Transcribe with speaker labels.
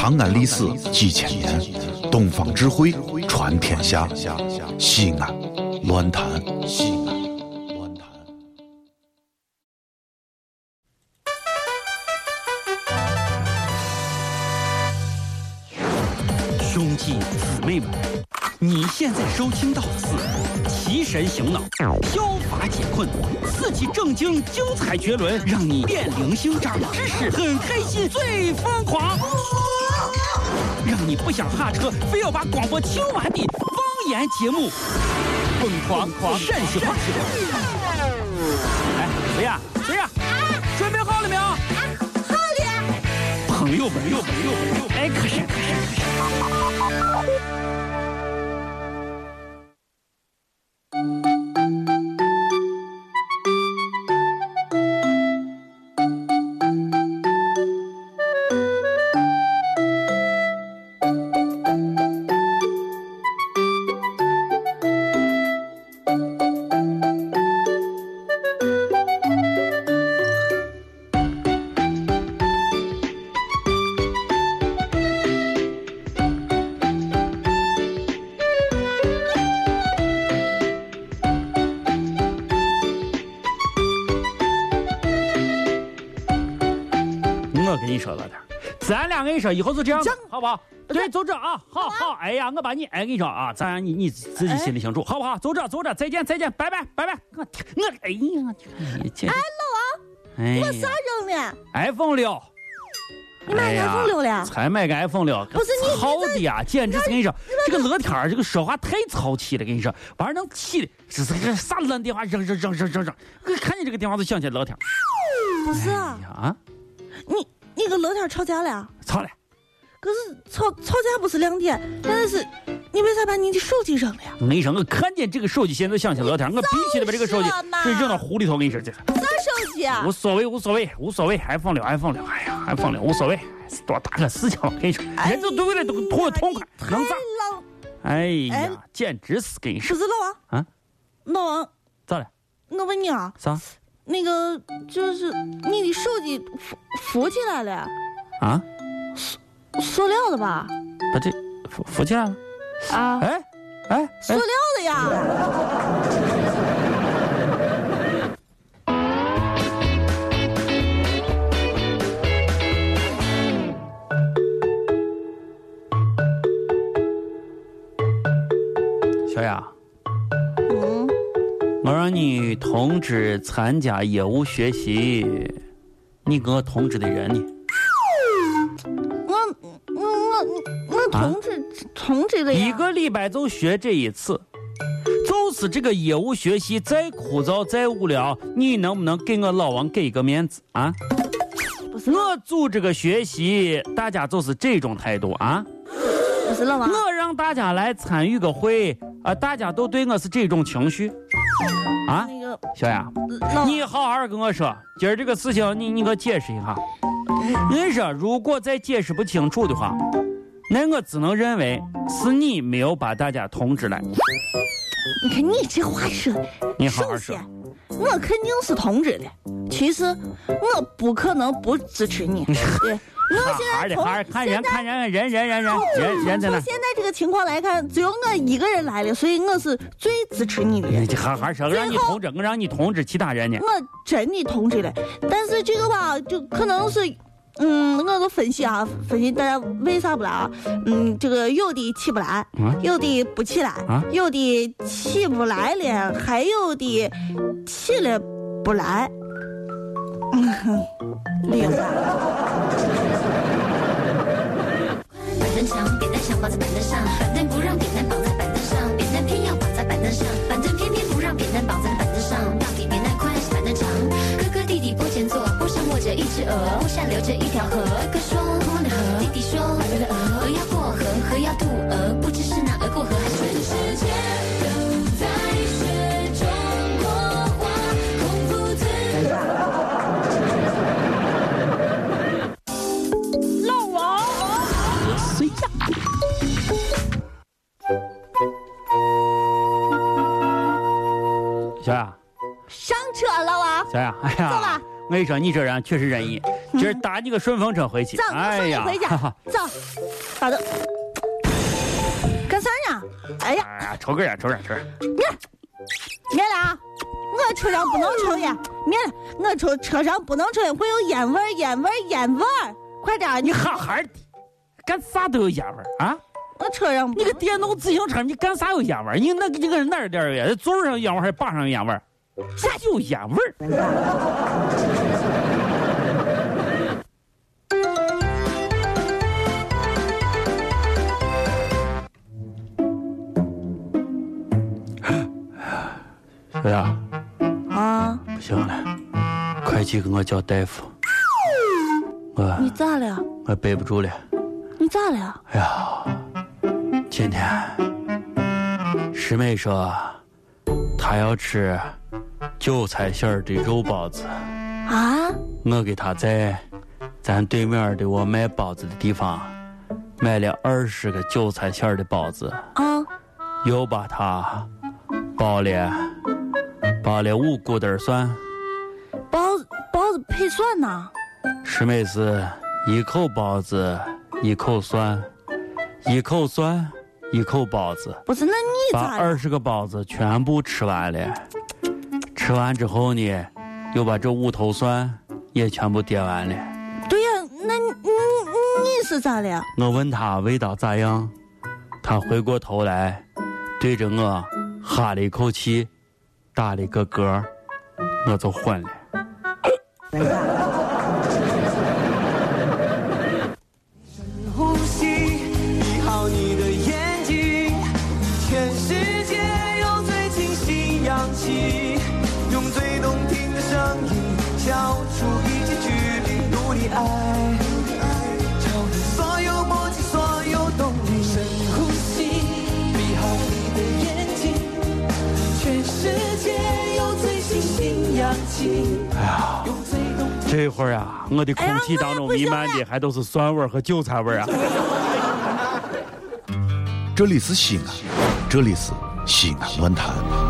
Speaker 1: 长安历史几千年，东方智慧传天下。西安，乱谈西安。
Speaker 2: 兄弟姊妹们，你现在收听到的是提神醒脑、消乏解困、刺激正经、精彩绝伦，让你变灵性、长知识、很开心、最疯狂，让你不想下车，非要把广播听完的方言节目，疯狂陕西话。哎，谁呀？准备好了没有？
Speaker 3: 好了。
Speaker 2: 朋友们，哎，可是。我跟你说老点，咱俩跟你说以后就这样，好不好？对，就这啊，好。哎呀，我把你，跟你说啊，咱你自己心里清楚，好不好？走着，再见，拜拜。我哎呀，
Speaker 3: 老王，我啥扔了
Speaker 2: ？iPhone 6。
Speaker 3: 你买 iPhone 6了？
Speaker 2: 才买个 iPhone 6，
Speaker 3: 不是你
Speaker 2: 操的呀，简直是跟你说，这个乐天儿这个说话太操气了，跟你说，玩意儿能气的，这是个啥烂电话，扔，看见这个电话就想起乐天。
Speaker 3: 不是
Speaker 2: 啊，
Speaker 3: 你跟乐天吵架了？
Speaker 2: 吵了。
Speaker 3: 可是吵架不是2天，但是你为啥把你的手机扔了呀？
Speaker 2: 我跟你说，我看见这个手机现在想起乐天，我必须得把这个手机扔到湖里头。我跟你说这个。
Speaker 3: 啥手机啊？
Speaker 2: 无所谓 ，iPhone 6，哎呀 ，iPhone 6无所谓，多大个事情了，跟你说，人就对了，都图痛快，能咋？哎呀，简直是跟你说。
Speaker 3: 不是老王啊，老王
Speaker 2: 咋了？
Speaker 3: 我问你啊，
Speaker 2: 啥？
Speaker 3: 那个就是你的手机浮起来了
Speaker 2: 啊？
Speaker 3: 塑料的吧？
Speaker 2: 把这浮起来了啊？哎，
Speaker 3: 塑料的呀！
Speaker 2: 小雅，我让你通知参加业务学习，你给我通知的人呢？
Speaker 3: 我通知了呀。
Speaker 2: 1个礼拜就学这一次，就是这个业务学习再枯燥再无聊，你能不能给我老王给一个面子啊？
Speaker 3: 不是，
Speaker 2: 我组这个学习，大家就是这种态度啊？
Speaker 3: 不是老王，
Speaker 2: 我让大家来参与个会啊，大家都对我是这种情绪啊？
Speaker 3: 那个
Speaker 2: 小雅，你好好跟我说，今儿这个事情你给我解释一下。我跟你说，如果再解释不清楚的话，那我只能认为是你没有把大家通知来。
Speaker 3: 你看你这话说，
Speaker 2: 你好好说。
Speaker 3: 我肯定是通知的，其实我不可能不支持你。对，我现在
Speaker 2: 看人在那。
Speaker 3: 从现在这个情况来看，只有我一个人来了，所以我是最支持你的人。
Speaker 2: 你好好说，我让你通知其他人呢。
Speaker 3: 我真的通知了，但是这个吧，就可能是。我就分析大家为啥不来啊？这个有的起不来，有的不起来，有的起不来了，还有的起了不来。厉害。
Speaker 4: 板凳墙，扁担想绑在板凳上，板凳不让扁担绑在板凳上，扁担偏要绑在板凳上，板凳偏偏不让扁担绑在板凳上，到底扁担宽还是板凳长？哥哥弟弟坡前坐，坡上卧着一只鹅，坡下流着一条河。哥说过了河，弟弟说过了鹅，鹅要过河，河要渡鹅，不知是那鹅过河还是全世界都在学中国话，孔夫子。
Speaker 3: 老王，
Speaker 2: 谁呀？小雅，
Speaker 3: 上车了啊！
Speaker 2: 小雅，哎呀，
Speaker 3: 走吧。
Speaker 2: 我跟你说，你这人确实仁义。 今儿搭你个顺风车回去。
Speaker 3: 走，我送你回家。走，大哥，干啥呢？哎呀，
Speaker 2: 抽根烟，抽根。
Speaker 3: 免了啊！我车上不能抽烟，免了。我车上不能抽烟，会有烟味儿。快点，
Speaker 2: 你好好的，干啥都有烟味儿啊！
Speaker 3: 我车上
Speaker 2: 你个电动自行车，你干啥有烟味儿？你那个哪儿点儿烟？座上有烟味儿还是把上有烟味儿？啥就有烟味儿？小雅啊，不行了，快去给我叫大夫。
Speaker 3: 你咋了？
Speaker 2: 我背不住了。
Speaker 3: 你咋了？
Speaker 2: 哎呀，今天师妹说她要吃韭菜馅儿的肉包子
Speaker 3: 啊！
Speaker 2: 我给她在咱对面的我卖包子的地方买了20个韭菜馅儿的包子啊，又把它包了5股袋蒜。
Speaker 3: 包子配蒜呢？
Speaker 2: 师妹是一口包子一口蒜，一口蒜一口包子。
Speaker 3: 不是，那你咋
Speaker 2: 把20个包子全部吃完了？吃完之后呢，又把这5头蒜也全部叠完了。
Speaker 3: 对呀，那你是咋了？
Speaker 2: 我问他味道咋样，他回过头来对着我哈了一口气，打了一个嗝，我就昏了。
Speaker 5: 呼吸，闭好你的眼睛，全世界有最清新氧气，用最动听的声音消除一切距离，努力爱，超越所有默契，所有动力。深呼吸，闭好你的眼睛，全世界有最清新氧气。
Speaker 2: 哎呀，这会儿啊，我的空气当中弥漫的还都是蒜味和韭菜味啊。
Speaker 1: 这里是西安，这里是西安论坛。